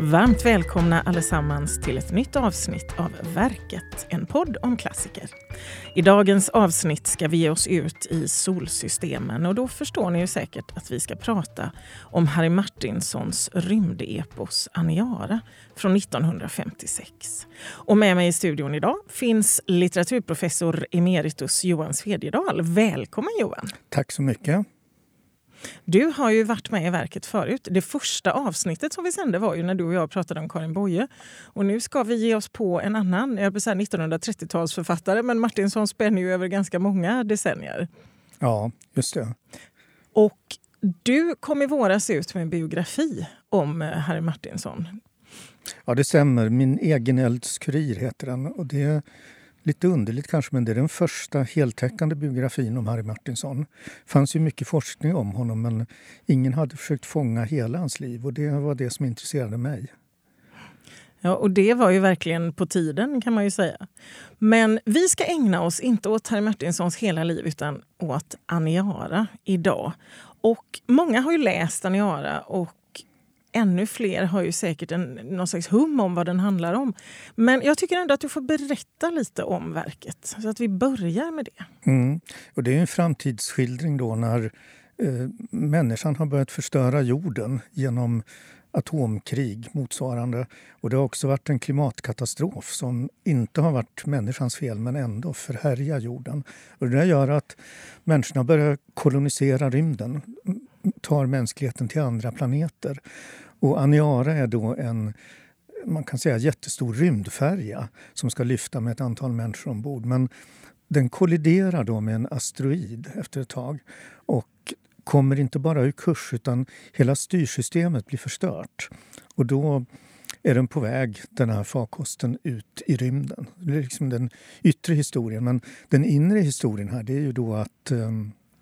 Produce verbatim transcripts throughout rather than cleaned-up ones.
Varmt välkomna allesammans till ett nytt avsnitt av Verket, en podd om klassiker. I dagens avsnitt ska vi ge oss ut i solsystemen och då förstår ni ju säkert att vi ska prata om Harry Martinsons rymdepos Aniara från nittonhundrafemtiosex. Och med mig i studion idag finns litteraturprofessor emeritus Johan Svedjedal. Välkommen Johan! Tack så mycket! Du har ju varit med i Verket förut. Det första avsnittet som vi sände var ju när du och jag pratade om Karin Boye. Och nu ska vi ge oss på en annan, jag vill säga nittonhundratrettiotalsförfattare, men Martinson spänner ju över ganska många decennier. Ja, just det. Och du kom i våras ut med en biografi om Harry Martinson. Ja, det stämmer. Min egen eldskurir heter den. Och det är lite underligt kanske, men det är den första heltäckande biografin om Harry Martinson. Det fanns ju mycket forskning om honom, men ingen hade försökt fånga hela hans liv. Och det var det som intresserade mig. Ja, och det var ju verkligen på tiden kan man ju säga. Men vi ska ägna oss inte åt Harry Martinsons hela liv utan åt Aniara idag. Och många har ju läst Aniara och ännu fler har ju säkert en, någon slags hum om vad den handlar om. Men jag tycker ändå att du får berätta lite om verket. Så att vi börjar med det. Mm. Och det är en framtidsskildring då när eh, människan har börjat förstöra jorden genom atomkrig motsvarande. Och det har också varit en klimatkatastrof som inte har varit människans fel men ändå förhärjar jorden. Och det där gör att människorna börjar kolonisera rymden, tar mänskligheten till andra planeter. Och Aniara är då en, man kan säga, jättestor rymdfärja som ska lyfta med ett antal människor ombord. Men den kolliderar då med en asteroid efter ett tag och kommer inte bara ur kurs utan hela styrsystemet blir förstört. Och då är den på väg, den här farkosten, ut i rymden. Det är liksom den yttre historien. Men den inre historien här, det är ju då att eh,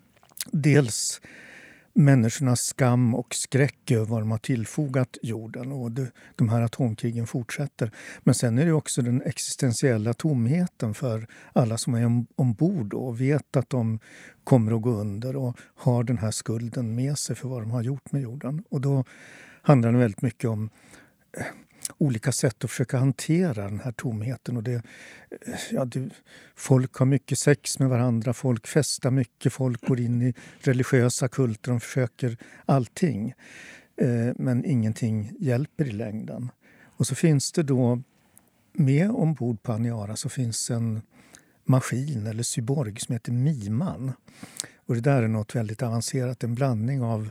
dels människornas skam och skräck över vad de har tillfogat jorden. Och det, de här atomkrigen fortsätter. Men sen är det också den existentiella tomheten för alla som är om, ombord och vet att de kommer att gå under och har den här skulden med sig för vad de har gjort med jorden. Och då handlar det väldigt mycket om eh, olika sätt att försöka hantera den här tomheten. Och det, ja, det, folk har mycket sex med varandra, folk festar mycket, folk går in i religiösa kulter och försöker allting. Eh, men ingenting hjälper i längden. Och så finns det då, med ombord på Aniara så finns en maskin eller cyborg som heter Miman. Och det där är något väldigt avancerat, en blandning av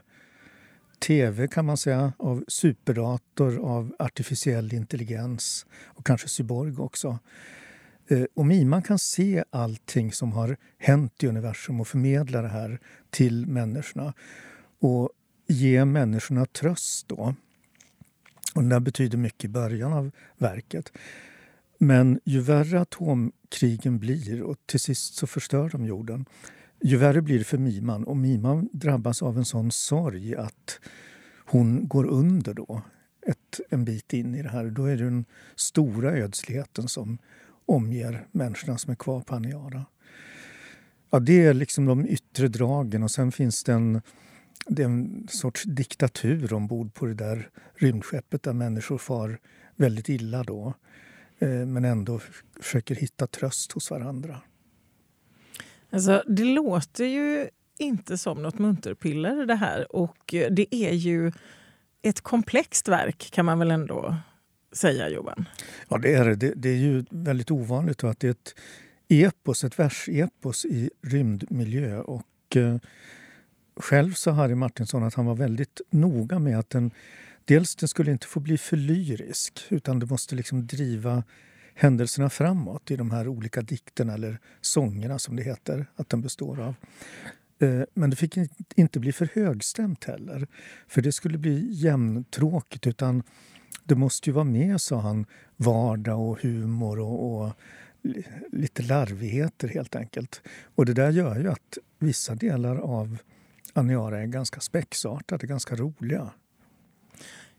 tv kan man säga, av superdator, av artificiell intelligens och kanske cyborg också. Och Miman kan se allting som har hänt i universum och förmedla det här till människorna. Och ge människorna tröst då. Och det betyder mycket i början av verket. Men ju värre atomkrigen blir och till sist så förstör de jorden, ju värre blir det för Miman. Och Miman drabbas av en sån sorg att hon går under då ett, en bit in i det här. Då är det den stora ödsligheten som omger människorna som är kvar på Aniara. Ja, det är liksom de yttre dragen och sen finns det en, det är en sorts diktatur ombord på det där rymdskeppet där människor far väldigt illa då. Eh, men ändå försöker hitta tröst hos varandra. Alltså, det låter ju inte som något munterpiller det här och det är ju ett komplext verk kan man väl ändå säga, Johan? Ja, det är det. Det är ju väldigt ovanligt att det är ett epos, ett versepos i rymdmiljö och eh, själv sa Harry Martinson att han var väldigt noga med att den, dels den skulle inte få bli för lyrisk utan det måste liksom driva händelserna framåt i de här olika dikterna eller sångerna som det heter att den består av. Men det fick inte bli för högstämt heller. För det skulle bli jämntråkigt utan det måste ju vara med, sa han, vardag och humor och, och lite larvigheter helt enkelt. Och det där gör ju att vissa delar av Aniara är ganska spexartade, ganska roliga.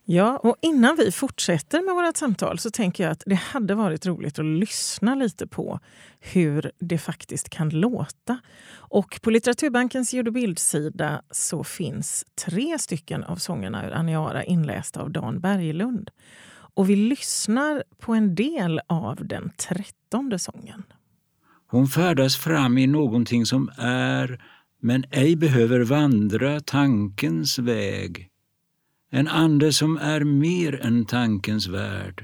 Ja, och innan vi fortsätter med vårt samtal så tänker jag att det hade varit roligt att lyssna lite på hur det faktiskt kan låta. Och på Litteraturbankens ljud- och bildsida så finns tre stycken av sångerna ur Aniara inlästa av Dan Berglund. Och vi lyssnar på en del av den trettonde sången. Hon färdas fram i någonting som är, men ej behöver vandra tankens väg. En ande som är mer än tankens värld.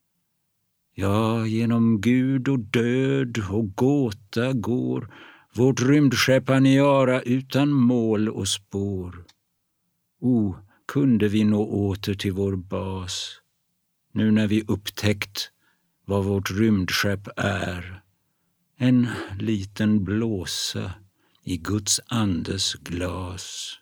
Ja, genom Gud och död och gåta går vårt rymdskepp Aniara utan mål och spår. O, kunde vi nå åter till vår bas, nu när vi upptäckt vad vårt rymdskepp är. En liten blåsa i Guds andes glas.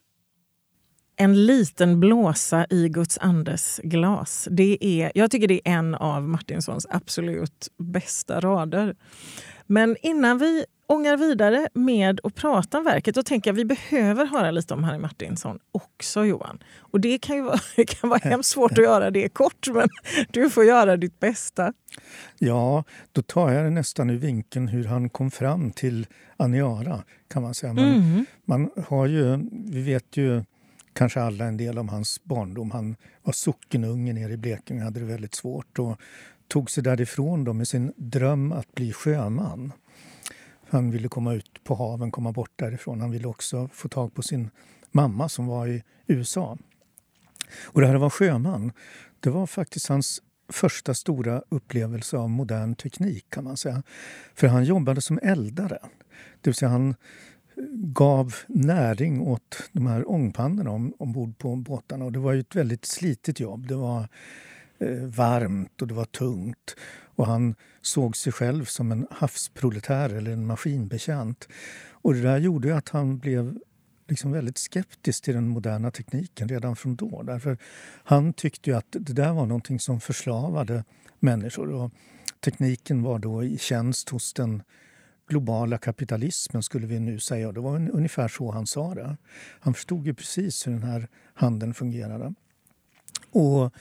En liten blåsa i Guds andes glas. Det är, jag tycker det är en av Martinssons absolut bästa rader. Men innan vi ångar vidare med att prata om verket, då tänker jag att vi behöver höra lite om Harry Martinson också, Johan. Och det kan ju vara, det kan vara hemskt svårt att göra det kort, men du får göra ditt bästa. Ja, då tar jag det nästan ur vinkeln hur han kom fram till Aniara, kan man säga. Man, mm. man har ju, vi vet ju kanske alla en del om hans barndom. Han var sockenunge nere i Blekinge, hade det väldigt svårt och tog sig därifrån då med sin dröm att bli sjöman. Han ville komma ut på haven, komma bort därifrån. Han ville också få tag på sin mamma som var i U S A. Och det här att vara sjöman, det var faktiskt hans första stora upplevelse av modern teknik, kan man säga. För han jobbade som eldare. Det vill säga han gav näring åt de här ångpannorna om, ombord på båtarna. Och det var ju ett väldigt slitigt jobb. Det var eh, varmt och det var tungt. Och han såg sig själv som en havsproletär eller en maskinbetjänt. Och det där gjorde att han blev liksom väldigt skeptisk till den moderna tekniken redan från då. Därför han tyckte ju att det där var någonting som förslavade människor. Och tekniken var då i tjänst hos den globala kapitalismen, skulle vi nu säga. Och det var en, ungefär så han sa det. Han förstod ju precis hur den här handeln fungerade. Och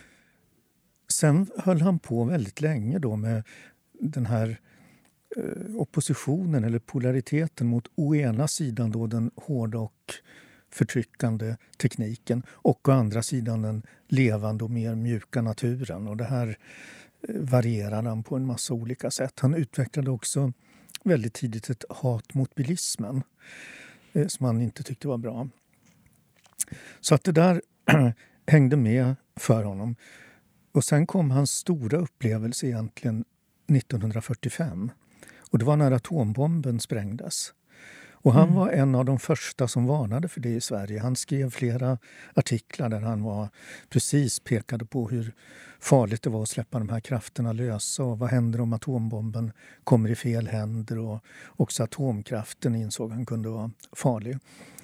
sen höll han på väldigt länge då med den här eh, oppositionen eller polariteten mot å ena sidan då den hårda och förtryckande tekniken och å andra sidan den levande och mer mjuka naturen. Och det här eh, varierade han på en massa olika sätt. Han utvecklade också väldigt tidigt ett hat mot bilismen eh, som han inte tyckte var bra. Så att det där hängde med för honom. Och sen kom hans stora upplevelse egentligen nittonhundrafyrtiofem. Och det var när atombomben sprängdes. Och han mm. var en av de första som varnade för det i Sverige. Han skrev flera artiklar där han var precis pekade på hur farligt det var att släppa de här krafterna lösa. Och vad händer om atombomben kommer i fel händer? Och också atomkraften insåg han kunde vara farlig.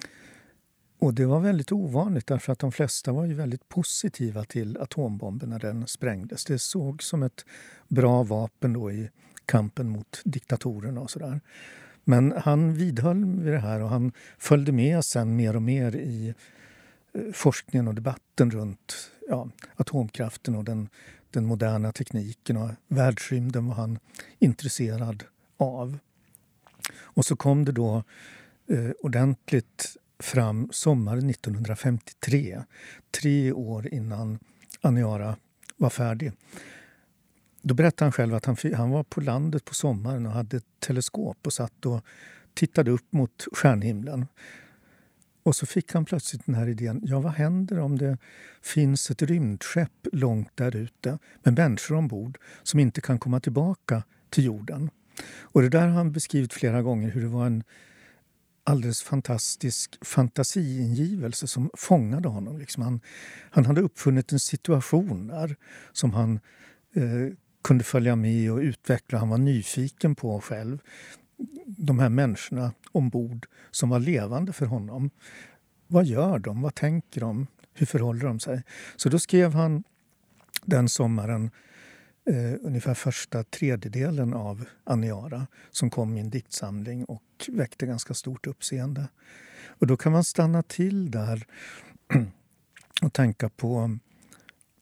Och det var väldigt ovanligt därför att de flesta var ju väldigt positiva till atombomben när den sprängdes. Det såg som ett bra vapen då i kampen mot diktatorerna och sådär. Men han vidhöll vid det här och han följde med sen mer och mer i forskningen och debatten runt ja, atomkraften och den, den moderna tekniken och världsrymden var han intresserad av. Och så kom det då eh, ordentligt fram sommaren nittonhundrafemtiotre, tre år innan Aniara var färdig. Då berättade han själv att han, han var på landet på sommaren och hade ett teleskop och satt och tittade upp mot stjärnhimlen. Och så fick han plötsligt den här idén, ja vad händer om det finns ett rymdskepp långt där ute med människor ombord som inte kan komma tillbaka till jorden. Och det där har han beskrivit flera gånger hur det var en alldeles fantastisk fantasiingivelse som fångade honom. Liksom han, han hade uppfunnit en situation där som han eh, kunde följa med och utveckla. Han var nyfiken på själv. De här människorna ombord som var levande för honom. Vad gör de? Vad tänker de? Hur förhåller de sig? Så då skrev han den sommaren eh, ungefär första tredjedelen av Aniara som kom i en diktsamling och väckte ganska stort uppseende. Och då kan man stanna till där och tänka på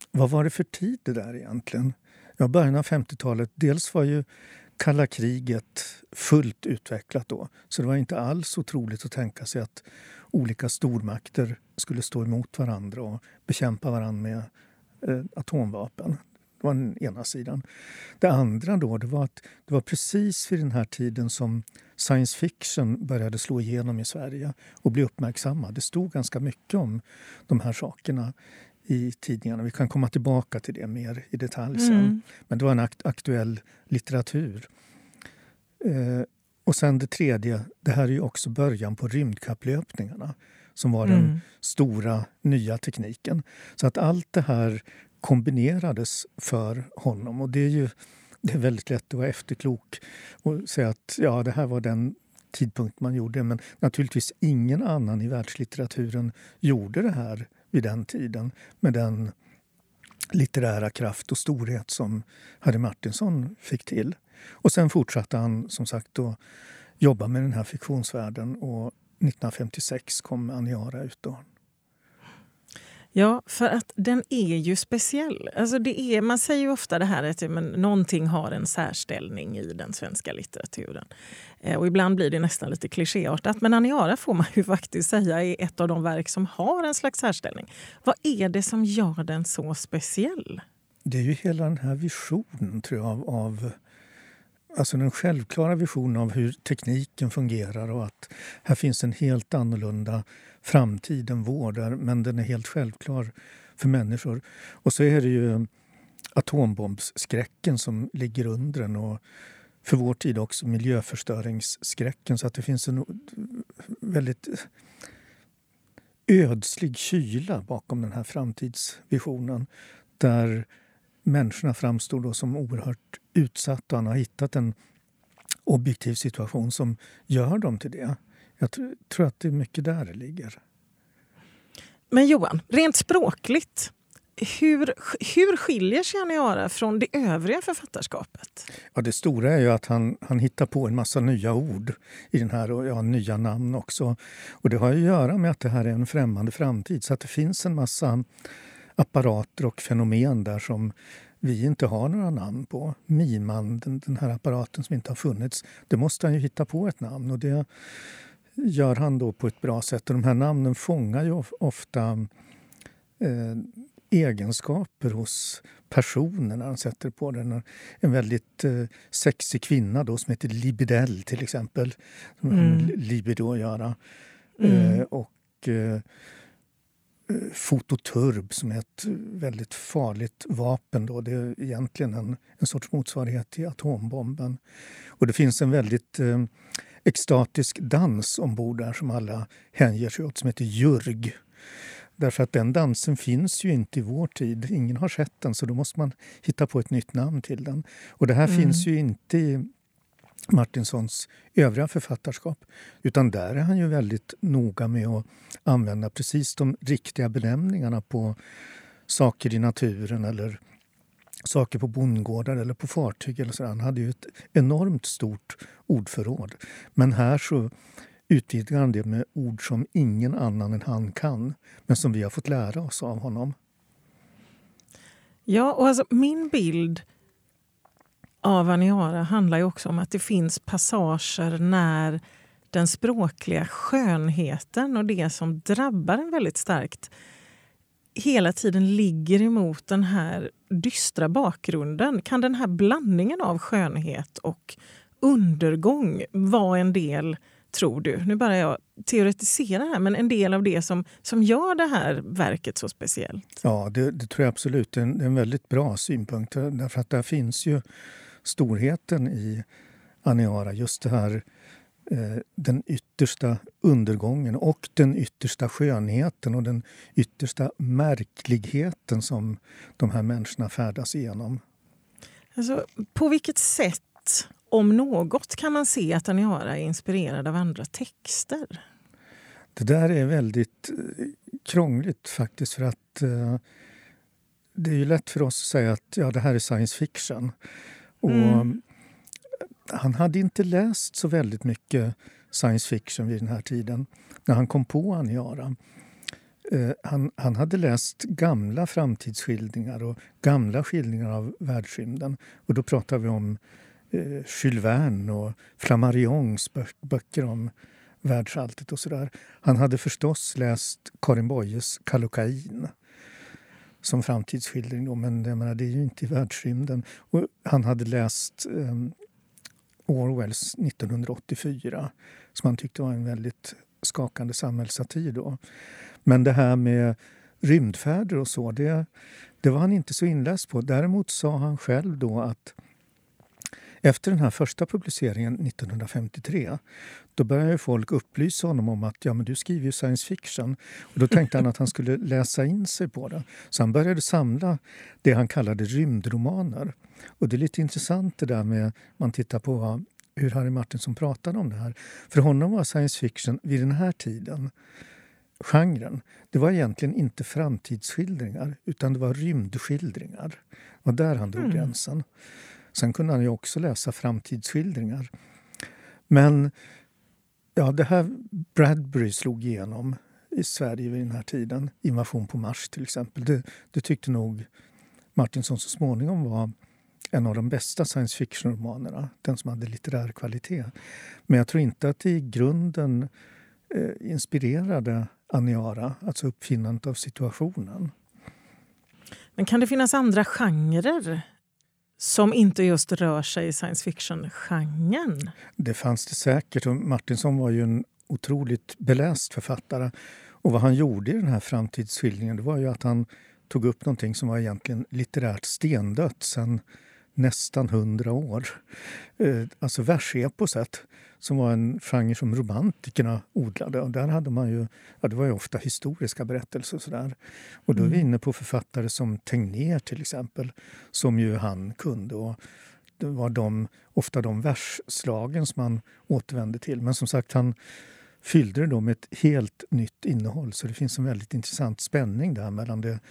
vad var det för tid det där egentligen? Ja, början av femtiotalet, dels var ju kalla kriget fullt utvecklat då. Så det var inte alls otroligt att tänka sig att olika stormakter skulle stå emot varandra och bekämpa varandra med eh, atomvapen. Det var den ena sidan. Det andra då, det var att det var precis vid den här tiden som science fiction började slå igenom i Sverige och bli uppmärksammad. Det stod ganska mycket om de här sakerna i tidningarna. Vi kan komma tillbaka till det mer i detalj sen. Mm. Men det var en akt- aktuell litteratur. Eh, och sen det tredje, det här är ju också början på rymdkapplöpningarna som var mm. den stora nya tekniken. Så att allt det här kombinerades för honom, och det är ju det är väldigt lätt att vara efterklok och säga att ja, det här var den tidpunkt man gjorde, men naturligtvis ingen annan i världslitteraturen gjorde det här vid den tiden med den litterära kraft och storhet som Harry Martinson fick till. Och sen fortsatte han som sagt att jobba med den här fiktionsvärlden, och nittonhundrafemtiosex kom Aniara ut då. Ja, för att den är ju speciell. Alltså det är, man säger ju ofta det här att men, någonting har en särställning i den svenska litteraturen. Eh, och ibland blir det nästan lite klichéartat. Men Aniara får man ju faktiskt säga är ett av de verk som har en slags särställning. Vad är det som gör den så speciell? Det är ju hela den här visionen, tror jag, av, av alltså den självklara visionen av hur tekniken fungerar och att här finns en helt annorlunda framtid än vår där, men den är helt självklar för människor. Och så är det ju atombombsskräcken som ligger under den, och för vår tid också miljöförstöringsskräcken, så att det finns en väldigt ödslig kyla bakom den här framtidsvisionen där människorna framstår då som oerhört utsatta, och han har hittat en objektiv situation som gör dem till det. Jag tror, tror att det är mycket där det ligger. Men Johan, rent språkligt, hur, hur skiljer sig Aniara från det övriga författarskapet? Ja, det stora är ju att han, han hittar på en massa nya ord i den här, och ja, nya namn också. Och det har att göra med att det här är en främmande framtid, så att det finns en massa apparater och fenomen där som vi inte har några namn på. Miman, den, den här apparaten som inte har funnits, det måste han ju hitta på ett namn, och det gör han då på ett bra sätt. Och de här namnen fångar ju ofta eh, egenskaper hos personer när han sätter på den. En väldigt eh, sexig kvinna då som heter Libidell till exempel, som mm. har med libido att göra. Mm. Eh, och eh, fototurb som är ett väldigt farligt vapen då. Det är egentligen en, en sorts motsvarighet till atombomben. Och det finns en väldigt eh, extatisk dans ombord där som alla hänger sig åt, som heter jurg. Därför att den dansen finns ju inte i vår tid. Ingen har sett den, så då måste man hitta på ett nytt namn till den. Och det här mm. finns ju inte i Martinsons övriga författarskap, utan där är han ju väldigt noga med att använda precis de riktiga benämningarna på saker i naturen eller saker på bondgårdar eller på fartyg eller så. Han hade ju ett enormt stort ordförråd, men här så utvidgar han det med ord som ingen annan än han kan, men som vi har fått lära oss av honom. Ja, och alltså min bild av Aniara handlar ju också om att det finns passager när den språkliga skönheten och det som drabbar en väldigt starkt hela tiden ligger emot den här dystra bakgrunden. Kan den här blandningen av skönhet och undergång vara en del, tror du? Nu bara jag teoretisera här, men en del av det som, som gör det här verket så speciellt. Ja, det, det tror jag absolut. Det är en, det är en väldigt bra synpunkt. Därför att där finns ju storheten i Aniara, just det här eh, den yttersta undergången och den yttersta skönheten och den yttersta märkligheten som de här människorna färdas igenom. Alltså, på vilket sätt, om något, kan man se att Aniara är inspirerad av andra texter? Det där är väldigt krångligt faktiskt, för att eh, det är ju lätt för oss att säga att ja, det här är science fiction. Och mm. han hade inte läst så väldigt mycket science fiction vid den här tiden när han kom på Aniara. Eh, han, han hade läst gamla framtidsskildringar och gamla skildringar av världsrymden. Och då pratar vi om eh, Jules Verne och Flammarion's bö- böcker om världsalltet och sådär. Han hade förstås läst Karin Boyes Kallocain som framtidsskildring då, men jag menar, det är ju inte i världsrymden. Och han hade läst eh, Orwells nittonhundraåttiofyra som han tyckte var en väldigt skakande samhällssatir då. Men det här med rymdfärder och så, det, det var han inte så inläst på. Däremot sa han själv då att efter den här första publiceringen nittonhundrafemtiotre, då började folk upplysa honom om att ja, men du skriver ju science fiction. Och då tänkte han att han skulle läsa in sig på det. Så han började samla det han kallade rymdromaner. Och det är lite intressant det där med, man tittar på vad, hur Harry Martinson pratade om det här. För honom var science fiction vid den här tiden, genren, det var egentligen inte framtidsskildringar utan det var rymdskildringar. Och där han drog mm. gränsen. Sen kunde han ju också läsa framtidsskildringar. Men ja, det här Bradbury slog igenom i Sverige vid den här tiden. Invasion på Mars till exempel. Det, det tyckte nog Martinson så småningom var en av de bästa science fiction-romanerna. Den som hade litterär kvalitet. Men jag tror inte att det i grunden eh, inspirerade Aniara, alltså uppfinnandet av situationen. Men kan det finnas andra genrer som inte just rör sig i science fiction-genren? Det fanns det säkert. Och Martinson var ju en otroligt beläst författare. Och vad han gjorde i den här framtidsskildringen, det var ju att han tog upp någonting som var egentligen litterärt stendött sedan nästan hundra år. Eh, alltså verseposet, som var en genre som romantikerna odlade. Och där hade man ju, ja, det var ju ofta historiska berättelser och sådär. Och då är vi inne på författare som Tegnér till exempel, som ju han kunde. Och det var de, ofta de versslagen som man återvände till. Men som sagt, han fyllde det då med ett helt nytt innehåll. Så det finns en väldigt intressant spänning där mellan det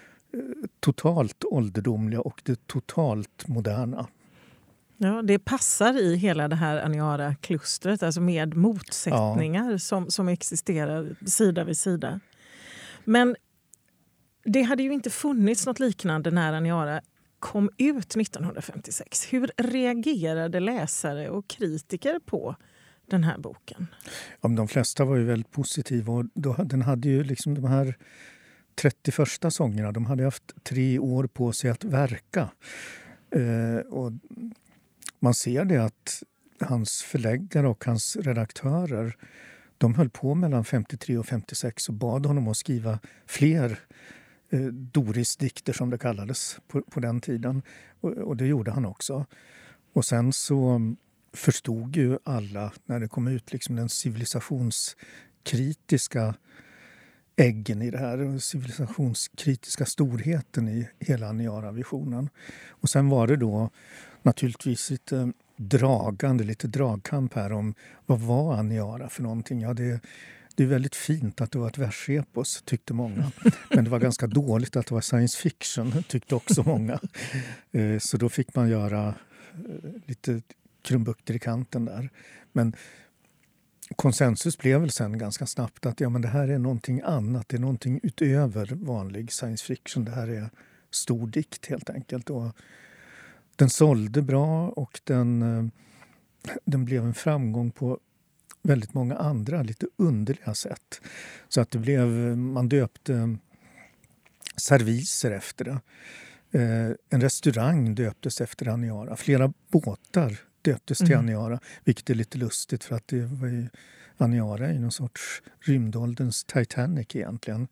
totalt ålderdomliga och det totalt moderna. Ja, det passar i hela det här Aniara-klustret, alltså med motsättningar ja. som, som existerar sida vid sida. Men det hade ju inte funnits något liknande när Aniara kom ut nittonhundrafemtiosex. Hur reagerade läsare och kritiker på den här boken? Ja, de flesta var ju väldigt positiva och då, den hade ju liksom de här trettio första sångerna, de hade haft tre år på sig att verka. Eh, och man ser det att hans förläggare och hans redaktörer, de höll på mellan femtiotre och femtiosex och bad honom att skriva fler eh, Doris-dikter som det kallades på, på den tiden. Och, och det gjorde han också. Och sen så förstod ju alla när det kom ut liksom den civilisationskritiska äggen i det här, civilisationskritiska storheten i hela Aniara-visionen. Och sen var det då naturligtvis lite dragande, lite dragkamp här om vad var Aniara för någonting. Ja, det, det är väldigt fint att det var ett versepos, tyckte många. Men det var ganska dåligt att det var science fiction, tyckte också många. Så då fick man göra lite krumbukter i kanten där. Men konsensus blev väl sen ganska snabbt att ja, men det här är någonting annat. Det är någonting utöver vanlig science fiction. Det här är stor dikt helt enkelt. Och den sålde bra och den, den blev en framgång på väldigt många andra lite underliga sätt. Så att det blev, man döpte serviser efter det. En restaurang döptes efter Aniara. Flera båtar döptes till mm. Aniara, vilket är lite lustigt för att det var ju, Aniara är någon sorts rymdålderns Titanic egentligen.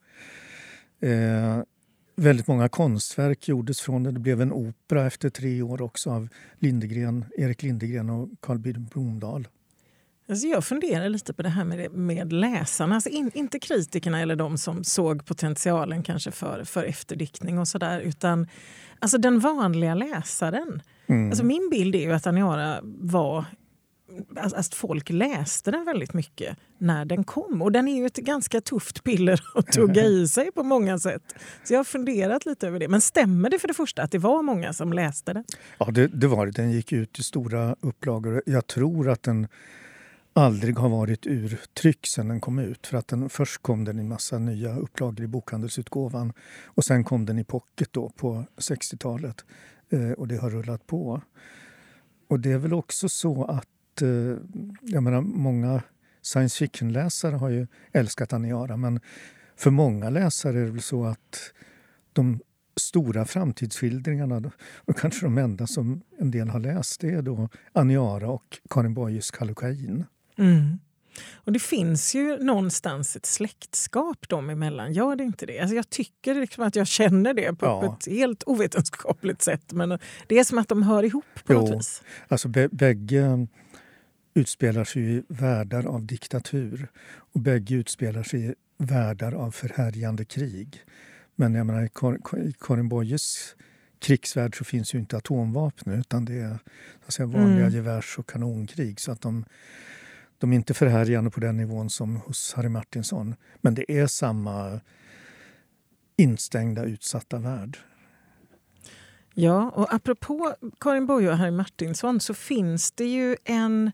Eh, väldigt många konstverk gjordes från det. Det blev en opera efter tre år också av Lindegren, Erik Lindegren och Carl Blomdahl. Alltså jag funderar lite på det här med, med läsarna. Alltså in, inte kritikerna eller de som såg potentialen kanske för, för efterdiktning och sådär, utan alltså den vanliga läsaren. Mm. Alltså min bild är ju att Aniara var, alltså att folk läste den väldigt mycket när den kom. Och den är ju ett ganska tufft piller att tugga i sig på många sätt. Så jag har funderat lite över det. Men stämmer det för det första att det var många som läste den? Ja, det, det var det. Den gick ut i stora upplagor. Jag tror att den aldrig har varit ur tryck sedan den kom ut. För att den, först kom den i massa nya upplagor i bokhandelsutgåvan och sen kom den i pocket då på sextiotalet eh, och det har rullat på. Och det är väl också så att eh, jag menar, många science fiction-läsare har ju älskat Aniara, men för många läsare är det väl så att de stora framtidsskildringarna, och kanske de enda som en del har läst, det är då Aniara och Karin Boyes Kallocain. Mm. Och det finns ju någonstans ett släktskap dem emellan, gör det inte det? Alltså jag tycker liksom att jag känner det på Ja. ett helt ovetenskapligt sätt, men det är som att de hör ihop på Jo, något vis. Alltså bä- bägge utspelar sig i världar av diktatur och bägge utspelar sig i världar av förhärjande krig. Men jag menar, i Kar- i Karin Boyes krigsvärld så finns ju inte atomvapen, utan det är så att säga, vanliga Mm. gevärs- och kanonkrig. Så att de, de är inte förhärjande på den nivån som hos Harry Martinson. Men det är samma instängda, utsatta värld. Ja, och apropå Karin Boye och Harry Martinson så finns det ju en,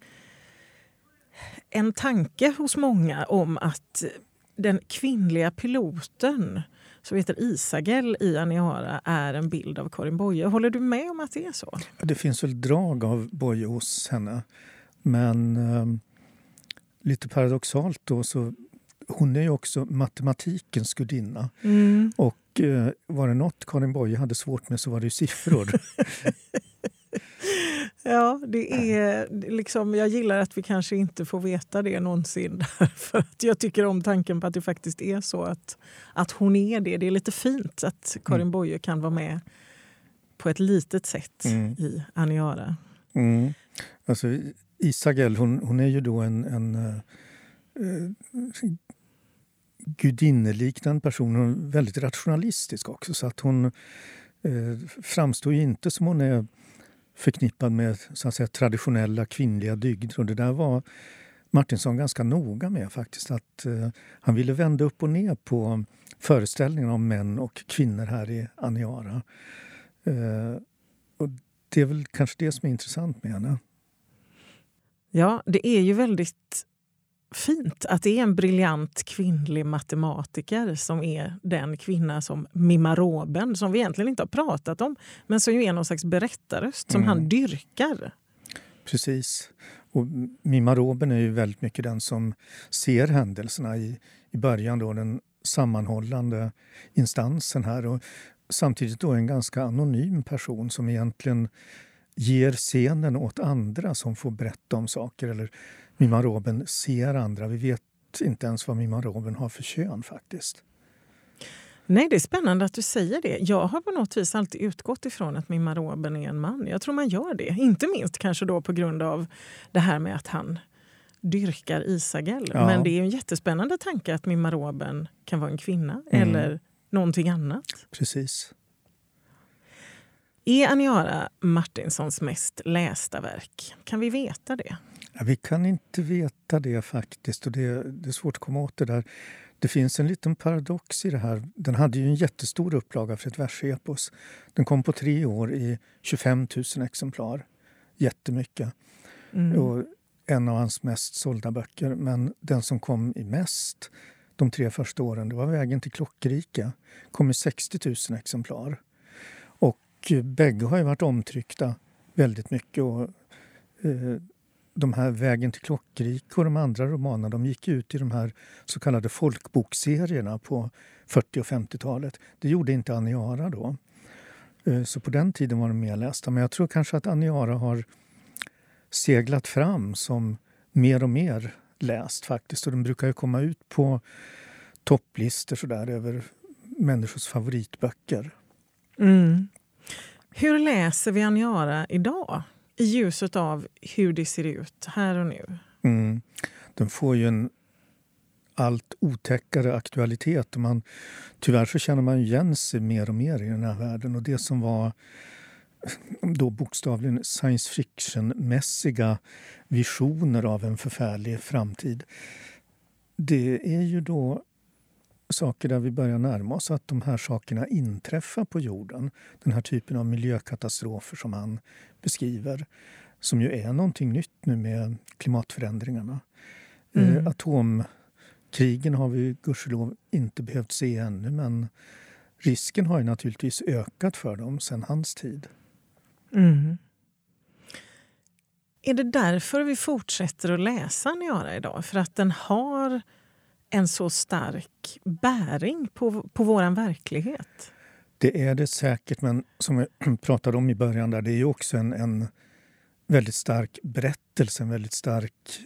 en tanke hos många om att den kvinnliga piloten som heter Isagel i Aniara är en bild av Karin Boye. Håller du med om att det är så? Det finns väl drag av Boye hos henne. Men eh, lite paradoxalt då, så hon är ju också matematikens gudinna. Mm. Och eh, var det något Karin Boye hade svårt med så var det ju siffror. Ja, det är liksom, jag gillar att vi kanske inte får veta det någonsin. För att jag tycker om tanken på att det faktiskt är så att, att hon är det. Det är lite fint att Karin mm. Boye kan vara med på ett litet sätt mm. i Aniara. Mm. Alltså, Isagel, hon, hon är ju då en, en uh, gudinneliknande person. Hon är väldigt rationalistisk också. Så att hon uh, framstår ju inte som hon är förknippad med så att säga, traditionella kvinnliga dygder. Och det där var Martinson ganska noga med faktiskt. Att uh, han ville vända upp och ner på föreställningen om män och kvinnor här i Aniara. Uh, och det är väl kanske det som är intressant med henne. Ja, det är ju väldigt fint att det är en briljant kvinnlig matematiker som är den kvinna som mimar Roben, som vi egentligen inte har pratat om, men som ju är någon slags berättarröst som mm. han dyrkar. Precis. Och mimar Roben är ju väldigt mycket den som ser händelserna i, i början då, den sammanhållande instansen här, och samtidigt då en ganska anonym person som egentligen ger scenen åt andra som får berätta om saker. Eller mimar Roben ser andra. Vi vet inte ens vad mimar Roben har för kön faktiskt. Nej, det är spännande att du säger det. Jag har på något vis alltid utgått ifrån att mimar Roben är en man. Jag tror man gör det. Inte minst kanske då på grund av det här med att han dyrkar Isagel. Ja. Men det är en jättespännande tanke att mimar Roben kan vara en kvinna mm. eller någonting annat. Precis. Är Aniara Martinsons mest lästa verk? Kan vi veta det? Ja, vi kan inte veta det faktiskt, och det, det är svårt att komma åt det där. Det finns en liten paradox i det här. Den hade ju en jättestor upplaga för ett versepos. Den kom på tre år i tjugofem tusen exemplar. Jättemycket. Mm. Och en av hans mest sålda böcker. Men den som kom i mest de tre första åren, det var Vägen till Klockrika. Kom i sextio tusen exemplar. Och bägge har ju varit omtryckta väldigt mycket. Och, eh, de här Vägen till Klockrika och de andra romanerna, de gick ut i de här så kallade folkbokserierna på fyrtio- och femtiotalet. Det gjorde inte Aniara då. Eh, så på den tiden var de mer lästa. Men jag tror kanske att Aniara har seglat fram som mer och mer läst faktiskt. Och de brukar ju komma ut på topplistor så där över människors favoritböcker. Mm. Hur läser vi Aniara idag i ljuset av hur det ser ut här och nu? Mm. Den får ju en allt otäckare aktualitet. Och man, tyvärr så känner man igen sig mer och mer i den här världen. Och det som var då bokstavligen science fiction-mässiga visioner av en förfärlig framtid. Det är ju då saker där vi börjar närma oss att de här sakerna inträffar på jorden. Den här typen av miljökatastrofer som han beskriver. som ju är någonting nytt nu med klimatförändringarna. Mm. Eh, atomkrigen har vi gudskelov inte behövt se ännu, men risken har ju naturligtvis ökat för dem sedan hans tid. Mm. Är det därför vi fortsätter att läsa Aniara idag? För att den har en så stark bäring på, på våran verklighet? Det är det säkert, men som jag pratade om i början där, det är ju också en, en väldigt stark berättelse, en väldigt stark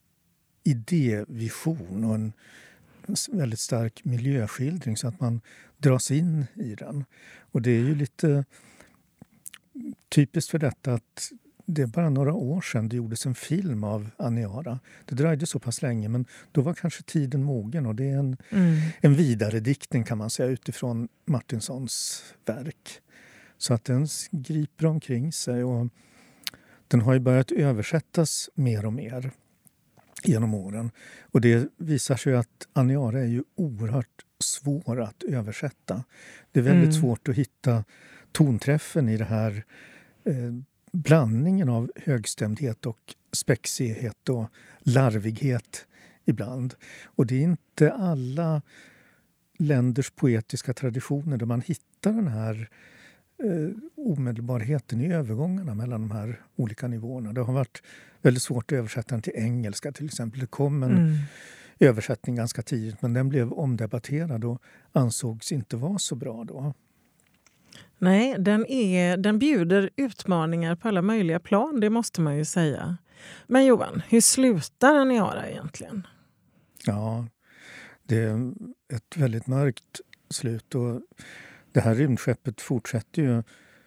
idévision och en väldigt stark miljöskildring så att man dras in i den. Och det är ju lite typiskt för detta att det är bara några år sedan det gjordes en film av Aniara. Det dröjde så pass länge, men då var kanske tiden mogen, och det är en, mm. en vidarediktning kan man säga utifrån Martinsons verk. Så att den griper omkring sig, och den har ju börjat översättas mer och mer genom åren. Och det visar sig att Aniara är ju oerhört svår att översätta. Det är väldigt mm. svårt att hitta tonträffen i det här eh, blandningen av högstämdhet och spexighet och larvighet ibland. Och det är inte alla länders poetiska traditioner där man hittar den här eh, omedelbarheten i övergångarna mellan de här olika nivåerna. Det har varit väldigt svårt att översätta den till engelska till exempel. Det kom en mm. översättning ganska tidigt, men den blev omdebatterad och ansågs inte vara så bra då. Nej, den, är, den bjuder utmaningar på alla möjliga plan, det måste man ju säga. Men Johan, hur slutar Aniara egentligen? Ja, det är ett väldigt mörkt slut, och det här rymdskeppet fortsätter ju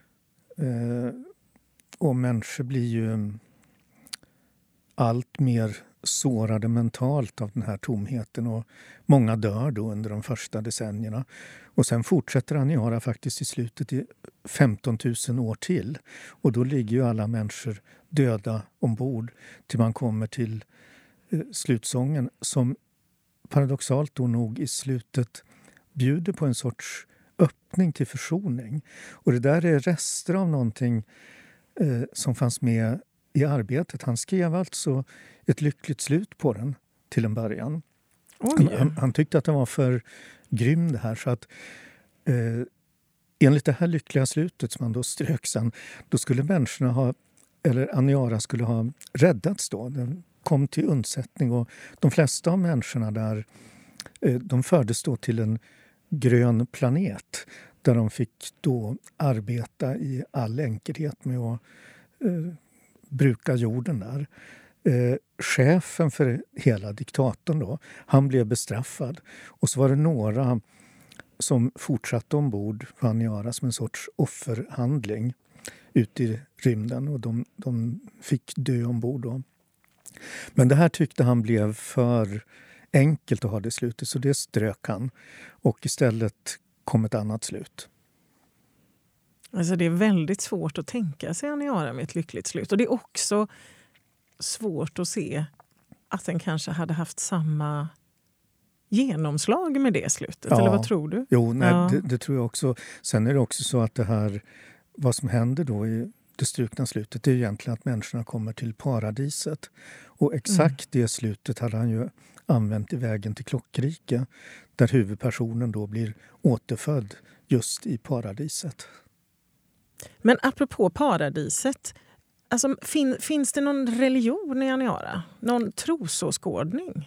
eh, och människor blir ju allt mer sårade mentalt av den här tomheten, och många dör då under de första decennierna. Och sen fortsätter Aniara faktiskt i slutet i femton tusen år till, och då ligger ju alla människor döda ombord till man kommer till eh, slutsången som paradoxalt då nog i slutet bjuder på en sorts öppning till försoning. Och det där är rester av någonting eh, som fanns med i arbetet. Han skrev alltså ett lyckligt slut på den till en början. Han, han, han tyckte att den var för grym det här, så att eh, enligt det här lyckliga slutet som han då strök sen, då skulle människorna ha, eller Aniara skulle ha räddats då. Den kom till undsättning, och de flesta av människorna där eh, de fördes då till en grön planet där de fick då arbeta i all enkelhet med att eh, bruka jorden där. Eh, chefen för hela diktatorn då, han blev bestraffad, och så var det några som fortsatte ombord på Aniara som en sorts offerhandling ut i rymden, och de, de fick dö ombord då. Men det här tyckte han blev för enkelt att ha det slutet, så det strök han, och istället kom ett annat slut. Alltså det är väldigt svårt att tänka sig Aniara med ett lyckligt slut, och det är också svårt att se att den kanske hade haft samma genomslag med det slutet, ja. Eller vad tror du? Jo, nej, ja. det, det tror jag också. Sen är det också så att det här, vad som händer då i det strukna slutet, det är egentligen att människorna kommer till paradiset. Och exakt mm. det slutet hade han ju använt i Vägen till Klockrike, där huvudpersonen då blir återfödd just i paradiset. Men apropå paradiset, alltså, fin, finns det någon religion i Aniara? Någon trosåskådning?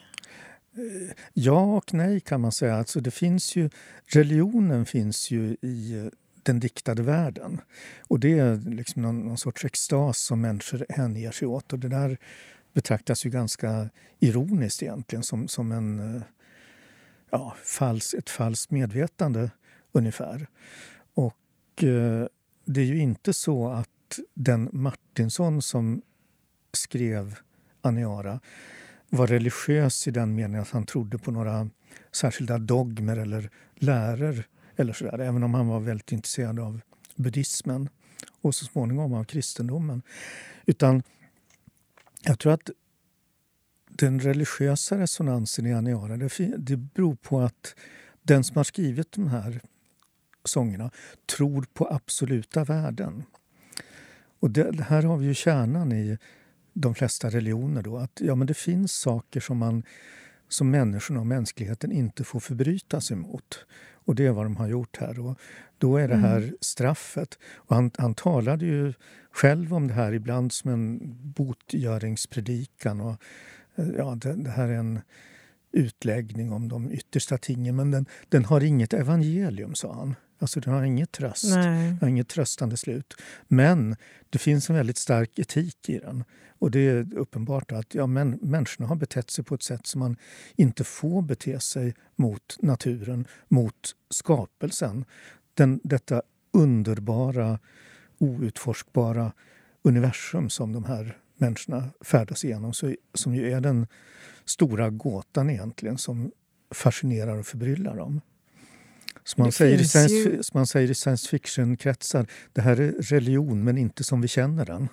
Ja och nej kan man säga. Alltså det finns ju, religionen finns ju i den diktade världen. Och det är liksom någon, någon sorts extas som människor hänger sig åt. Och det där betraktas ju ganska ironiskt egentligen som, som en, ja, fals, ett falskt medvetande ungefär. Och eh, det är ju inte så att den Martinsson som skrev Aniara var religiös i den meningen att han trodde på några särskilda dogmer eller läror eller sådär, även om han var väldigt intresserad av buddhismen och så småningom av kristendomen. Utan jag tror att den religiösa resonansen i Aniara, det, det beror på att den som har skrivit de här sångerna tror på absoluta värden. Och det, det här har vi ju kärnan i de flesta religioner då, att ja, men det finns saker som man som människorna och mänskligheten inte får förbryta sig mot. Och det är vad de har gjort här. Och då är det här mm. straffet. Och han, han talade ju själv om det här ibland som en botgöringspredikan. Och, ja, det, det här är en utläggning om de yttersta tingen. Men den, den har inget evangelium, sa han. Alltså den har inget tröst. Den har inget tröstande slut. Men det finns en väldigt stark etik i den. Och det är uppenbart att ja, men, människorna har betett sig på ett sätt som man inte får bete sig mot naturen, mot skapelsen. Den, detta underbara, outforskbara universum som de här människorna färdas igenom, så, som ju är den stora gåtan egentligen som fascinerar och förbryllar dem. Som man, säger i science, ju... som man säger i science fiction-kretsar, det här är religion men inte som vi känner den.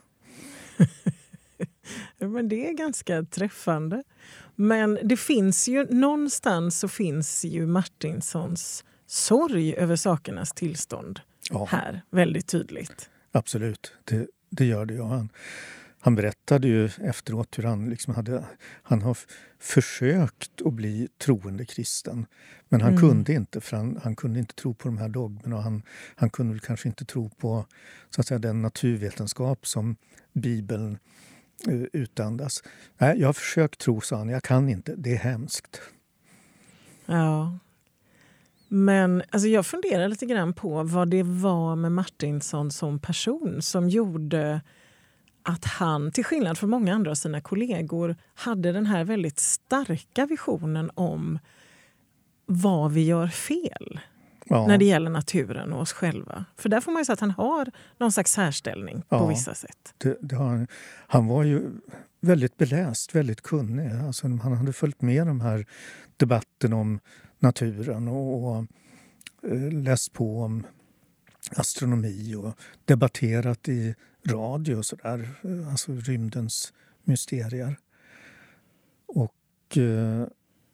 Men det är ganska träffande. Men det finns ju, någonstans så finns ju Martinsons sorg över sakernas tillstånd ja. här väldigt tydligt. Absolut, det, det gör det ju. Han, han berättade ju efteråt hur han liksom hade, han har försökt att bli troende kristen. Men han mm. kunde inte, för han, han kunde inte tro på de här dogmerna. Och han, han kunde väl kanske inte tro på så att säga, den naturvetenskap som Bibeln uh, utandas. Nej, jag har försökt tro, sa han. Jag kan inte. Det är hemskt. Ja. Men alltså, jag funderar lite grann på vad det var med Martinson som person som gjorde att han, till skillnad från många andra av sina kollegor, hade den här väldigt starka visionen om vad vi gör fel ja. när det gäller naturen och oss själva. För där får man ju säga att han har någon slags särställning ja, på vissa sätt. Det, det har han. Han var ju väldigt beläst, väldigt kunnig. Alltså, han hade följt med de här debatten om naturen och, och läst på om astronomi och debatterat i radio och sådär, alltså rymdens mysterier. Och eh,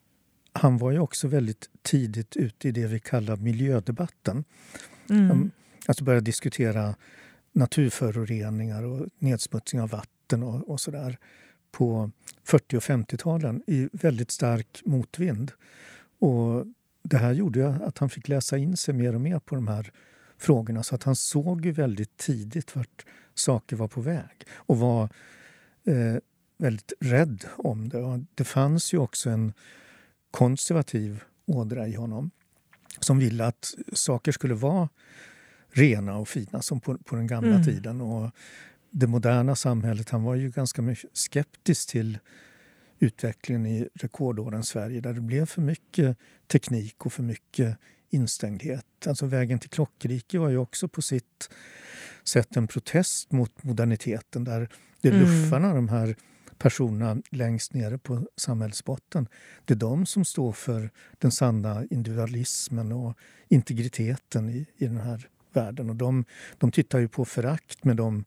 han var ju också väldigt tidigt ute i det vi kallar miljödebatten. Mm. Alltså började diskutera naturföroreningar och nedsmutsning av vatten och, och sådär på fyrtio- och femtio-talen i väldigt stark motvind. Och det här gjorde ju att han fick läsa in sig mer och mer på de här frågorna, så att han såg ju väldigt tidigt vart saker var på väg och var eh, väldigt rädd om det. Och det fanns ju också en konservativ ådra i honom som ville att saker skulle vara rena och fina som på, på den gamla mm. tiden. Och det moderna samhället, han var ju ganska mycket skeptisk till utvecklingen i rekordåren Sverige där det blev för mycket teknik och för mycket instängdhet. Alltså vägen till Klockrike var ju också på sitt sätt en protest mot moderniteten där det är mm. luffarna, de här personerna längst nere på samhällsbotten. Det är de som står för den sanna individualismen och integriteten i, i den här världen. Och de, de tittar ju på förakt med de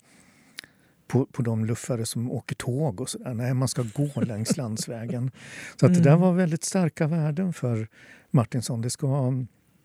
På, på de luffare som åker tåg och sådär. Nej, man ska gå längs landsvägen. Så att det där var väldigt starka värden för Martinson. Det ska vara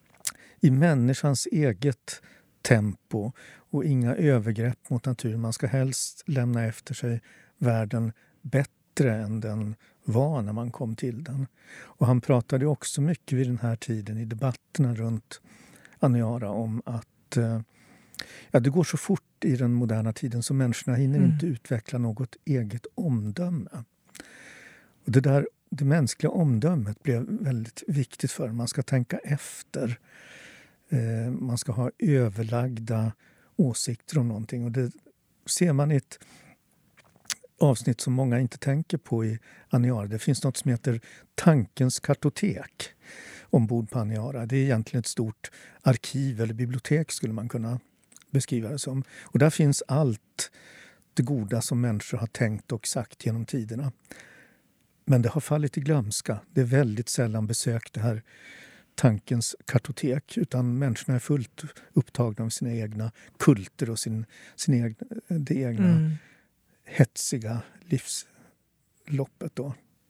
i människans eget tempo och inga övergrepp mot naturen. Man ska helst lämna efter sig världen bättre än den var när man kom till den. Och han pratade också mycket vid den här tiden i debatterna runt Aniara om att ja, det går så fort i den moderna tiden så människorna hinner mm. inte utveckla något eget omdöme. Och det där, det mänskliga omdömet blev väldigt viktigt för man ska tänka efter. Eh, man ska ha överlagda åsikter om någonting. Och det ser man i ett avsnitt som många inte tänker på i Aniara. Det finns något som heter Tankens kartotek ombord på Aniara. Det är egentligen ett stort arkiv eller bibliotek skulle man kunna beskriva det som. Och där finns allt det goda som människor har tänkt och sagt genom tiderna. Men det har fallit i glömska. Det är väldigt sällan besökt det här tankens kartotek, utan människorna är fullt upptagna av sina egna kulter och sin, sin egna, det egna mm. hetsiga livsloppet då.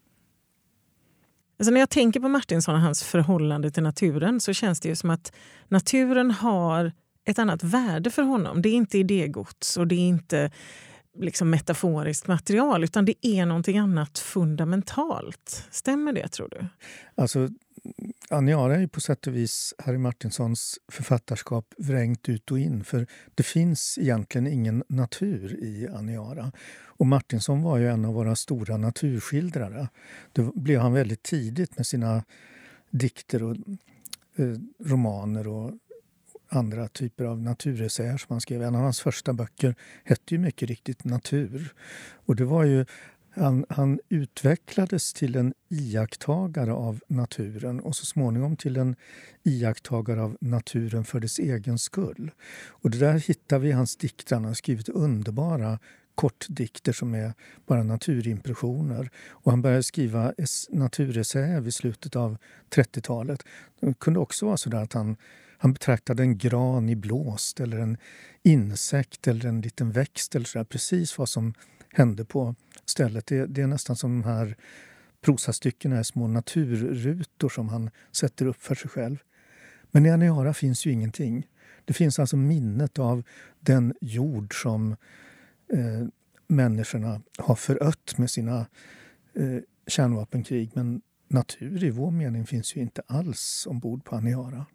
Alltså när jag tänker på Martinson och hans förhållande till naturen så känns det ju som att naturen har ett annat värde för honom. Det är inte idégods och det är inte liksom metaforiskt material, utan det är någonting annat fundamentalt. Stämmer det, tror du? Alltså, Aniara är ju på sätt och vis Harry Martinsons författarskap vrängt ut och in, för det finns egentligen ingen natur i Aniara. Och Martinson var ju en av våra stora naturskildrare. Det blev han väldigt tidigt med sina dikter och eh, romaner och andra typer av naturessäer som han skrev. En av hans första böcker hette ju mycket riktigt Natur. Och det var ju, han, han utvecklades till en iakttagare av naturen och så småningom till en iakttagare av naturen för dess egen skull. Och det där hittar vi i hans dikter. Han har skrivit underbara kortdikter som är bara naturimpressioner. Och han började skriva naturessäer vid slutet av trettiotalet. Det kunde också vara så där att han Han betraktade en gran i blåst eller en insekt eller en liten växt eller så där, precis vad som hände på stället. Det, det är nästan som de här prosastyckena, små naturrutor som han sätter upp för sig själv. Men i Aniara finns ju ingenting. Det finns alltså minnet av den jord som eh, människorna har förött med sina eh, kärnvapenkrig. Men natur i vår mening finns ju inte alls ombord på Aniara.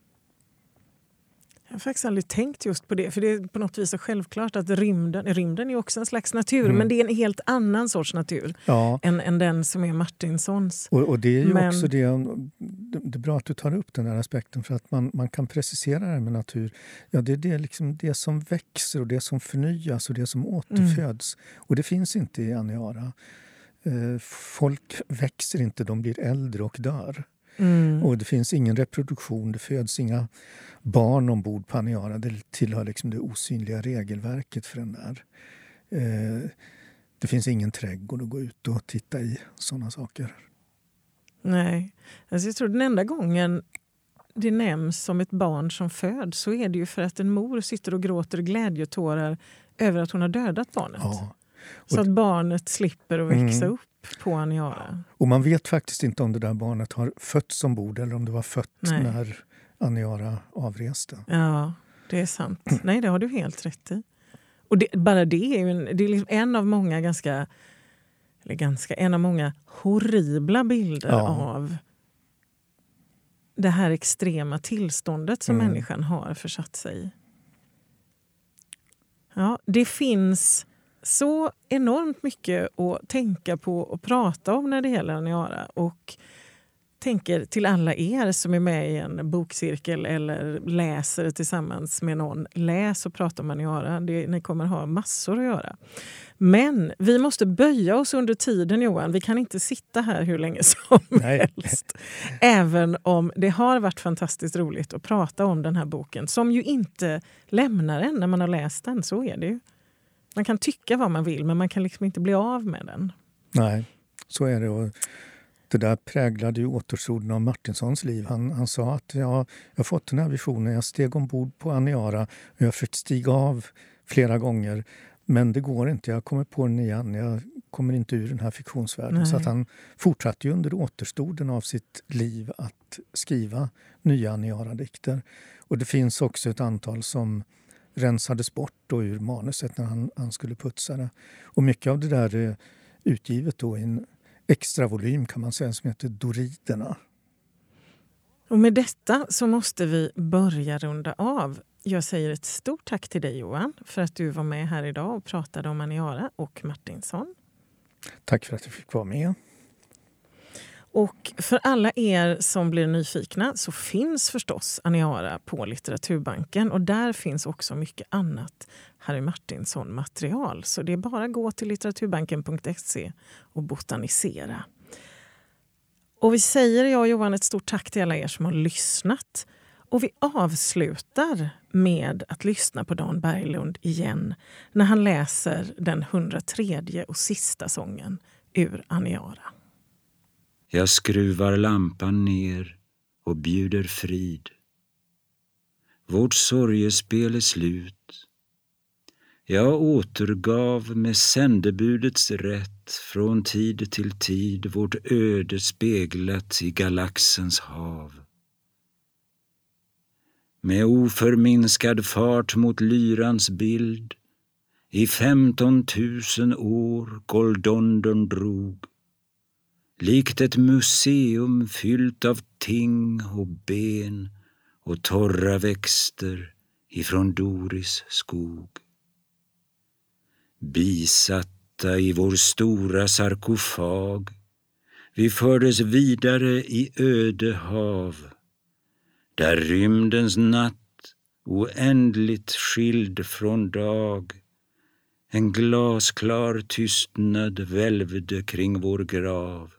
Jag har faktiskt aldrig tänkt just på det, för det är på något vis så självklart att rymden, rymden är också en slags natur, mm. men det är en helt annan sorts natur ja. än, än den som är Martinsons. Och, och det är ju men... också det, det är bra att du tar upp den här aspekten, för att man, man kan precisera det med natur. Ja, det är det, liksom det som växer och det som förnyas och det som återföds. Mm. Och det finns inte i Aniara. Eh, folk växer inte, de blir äldre och dör. Mm. Och det finns ingen reproduktion, det föds inga barn ombord på Aniara. Det tillhör liksom det osynliga regelverket för den där. Eh, det finns ingen trädgård att gå ut och titta i, sådana saker. Nej, alltså jag tror den enda gången det nämns som ett barn som föds, så är det ju för att en mor sitter och gråter glädjetårar över att hon har dödat barnet. Ja. Och så att barnet slipper att växa mm. upp på Aniara. Och man vet faktiskt inte om det där barnet har fötts ombord eller om det var fött Nej. när Aniara avreste. Ja, det är sant. Mm. Nej, det har du helt rätt i. Och det, bara det är ju en, det är liksom en av många ganska, eller ganska, en av många horribla bilder ja. av det här extrema tillståndet som mm. människan har försatt sig i. Ja, det finns så enormt mycket att tänka på och prata om när det gäller Aniara. Och tänker till alla er som är med i en bokcirkel eller läser tillsammans med någon. Läs och prata om Aniara. Det, ni kommer ha massor att göra. Men vi måste böja oss under tiden, Johan. Vi kan inte sitta här hur länge som Nej. helst. Även om det har varit fantastiskt roligt att prata om den här boken. Som ju inte lämnar en när man har läst den. Så är det ju. Man kan tycka vad man vill, men man kan liksom inte bli av med den. Nej, så är det. Och det där präglade ju återstoden av Martinsons liv. Han, han sa att ja, jag har fått den här visionen. Jag steg ombord på Aniara och jag har försökt stiga av flera gånger. Men det går inte. Jag kommer på den igen. Jag kommer inte ur den här fiktionsvärlden. Nej. Så att han fortsatte ju under återstoden av sitt liv att skriva nya Aniara-dikter. Och det finns också ett antal som rensades bort då ur manuset när han, han skulle putsa det. Och mycket av det där är utgivet då i en extra volym kan man säga som heter Doriderna. Och med detta så måste vi börja runda av. Jag säger ett stort tack till dig, Johan, för att du var med här idag och pratade om Aniara och Martinson. Tack för att du fick vara med. Och för alla er som blir nyfikna så finns förstås Aniara på Litteraturbanken. Och där finns också mycket annat Harry Martinson-material. Så det är bara att gå till litteraturbanken punkt se och botanisera. Och vi säger, jag och Johan, ett stort tack till alla er som har lyssnat. Och vi avslutar med att lyssna på Dan Berglund igen när han läser den hundratredje och sista sången ur Aniara. Jag skruvar lampan ner och bjuder frid. Vårt sorgespel är slut. Jag återgav med sändebudets rätt från tid till tid vårt öde speglat i galaxens hav. med oförminskad fart mot lyrans bild. I femton tusen år Goldondon drog, likt ett museum fyllt av ting och ben och torra växter ifrån Doris skog. Bisatta i vår stora sarkofag, vi fördes vidare i öde hav, där rymdens natt oändligt skild från dag, en glasklar tystnad välvde kring vår grav.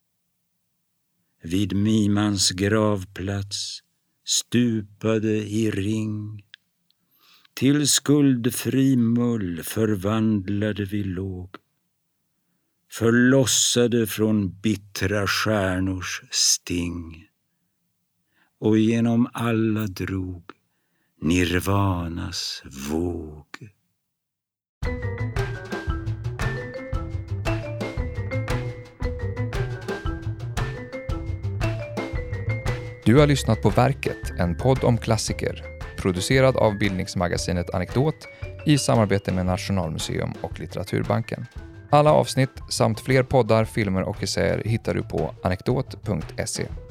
Vid Mimans gravplats stupade i ring, till skuldfri mull förvandlade vi låg, förlossade från bittra stjärnors sting, och genom alla drog nirvanas våg. Du har lyssnat på Verket, en podd om klassiker, producerad av bildningsmagasinet Anekdot i samarbete med Nationalmuseum och Litteraturbanken. Alla avsnitt samt fler poddar, filmer och essäer hittar du på anekdot punkt se.